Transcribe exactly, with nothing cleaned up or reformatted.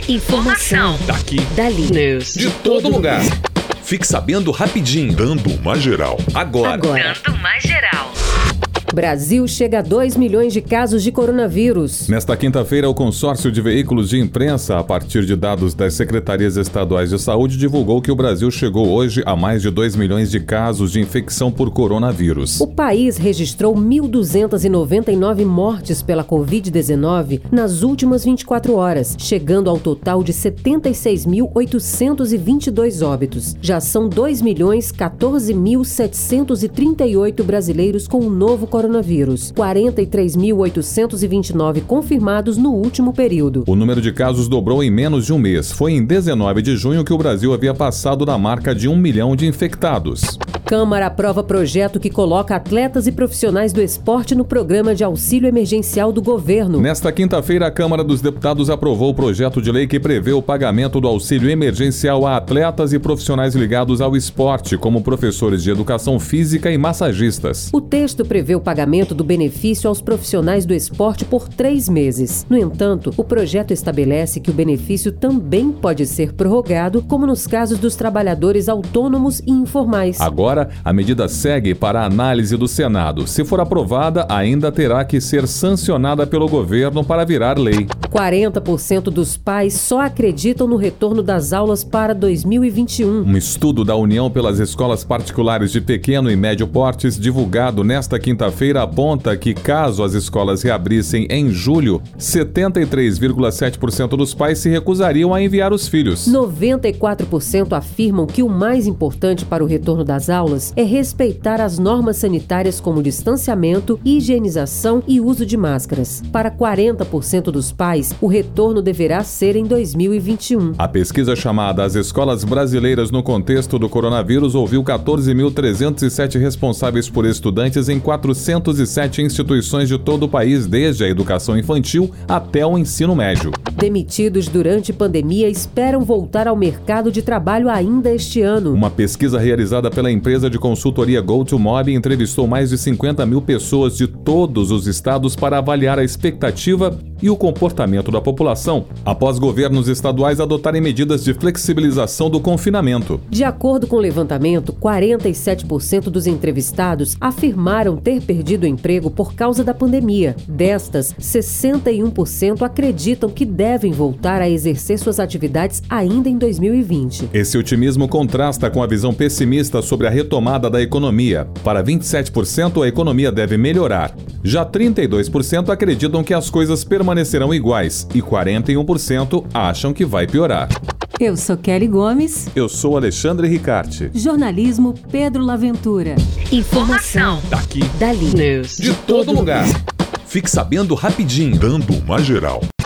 Informação. Daqui. Dali. News. De todo lugar. Fique sabendo rapidinho. Dando uma geral. Agora. Agora. Dando uma geral. Brasil chega a dois milhões de casos de coronavírus. Nesta quinta-feira, o consórcio de veículos de imprensa, a partir de dados das secretarias estaduais de saúde, divulgou que o Brasil chegou hoje a mais de dois milhões de casos de infecção por coronavírus. O país registrou mil duzentas e noventa e nove mortes pela covid dezenove nas últimas vinte e quatro horas, chegando ao total de setenta e seis mil oitocentos e vinte e dois óbitos. Já são dois milhões quatorze mil setecentos e trinta e oito brasileiros com o novo coronavírus. coronavírus, quarenta e três mil oitocentos e vinte e nove confirmados no último período. O número de casos dobrou em menos de um mês. Foi em dezenove de junho que o Brasil havia passado da marca de um milhão de infectados. Câmara aprova projeto que coloca atletas e profissionais do esporte no programa de auxílio emergencial do governo. Nesta quinta-feira, a Câmara dos Deputados aprovou o projeto de lei que prevê o pagamento do auxílio emergencial a atletas e profissionais ligados ao esporte, como professores de educação física e massagistas. O texto prevê o pagamento do benefício aos profissionais do esporte por três meses. No entanto, o projeto estabelece que o benefício também pode ser prorrogado, como nos casos dos trabalhadores autônomos e informais. Agora, a medida segue para a análise do Senado. Se for aprovada, ainda terá que ser sancionada pelo governo para virar lei. quarenta por cento dos pais só acreditam no retorno das aulas para dois mil e vinte e um. Um estudo da União pelas Escolas Particulares de Pequeno e Médio Portes, divulgado nesta quinta-feira, aponta que, caso as escolas reabrissem em julho, setenta e três vírgula sete por cento dos pais se recusariam a enviar os filhos. noventa e quatro por cento afirmam que o mais importante para o retorno das aulas é respeitar as normas sanitárias como distanciamento, higienização e uso de máscaras. Para quarenta por cento dos pais, o retorno deverá ser em dois mil e vinte e um. A pesquisa chamada As Escolas Brasileiras no Contexto do Coronavírus ouviu quatorze mil trezentos e sete responsáveis por estudantes em quatrocentas e sete instituições de todo o país, desde a educação infantil até o ensino médio. Demitidos durante pandemia esperam voltar ao mercado de trabalho ainda este ano. Uma pesquisa realizada pela empresa de consultoria GoToMob entrevistou mais de cinquenta mil pessoas de todos os estados para avaliar a expectativa e o comportamento da população após governos estaduais adotarem medidas de flexibilização do confinamento. De acordo com o levantamento, quarenta e sete por cento dos entrevistados afirmaram ter perdido o emprego por causa da pandemia. Destas, sessenta e um por cento acreditam que devem voltar a exercer suas atividades ainda em dois mil e vinte. Esse otimismo contrasta com a visão pessimista sobre a retomada da economia. Para vinte e sete por cento, a economia deve melhorar. Já trinta e dois por cento acreditam que as coisas permanecerão iguais e quarenta e um por cento acham que vai piorar. Eu sou Kelly Gomes. Eu sou Alexandre Ricarte. Jornalismo Pedro Laventura. Informação. Daqui. Dali. News. De todo lugar. Fique sabendo rapidinho. Dando uma geral.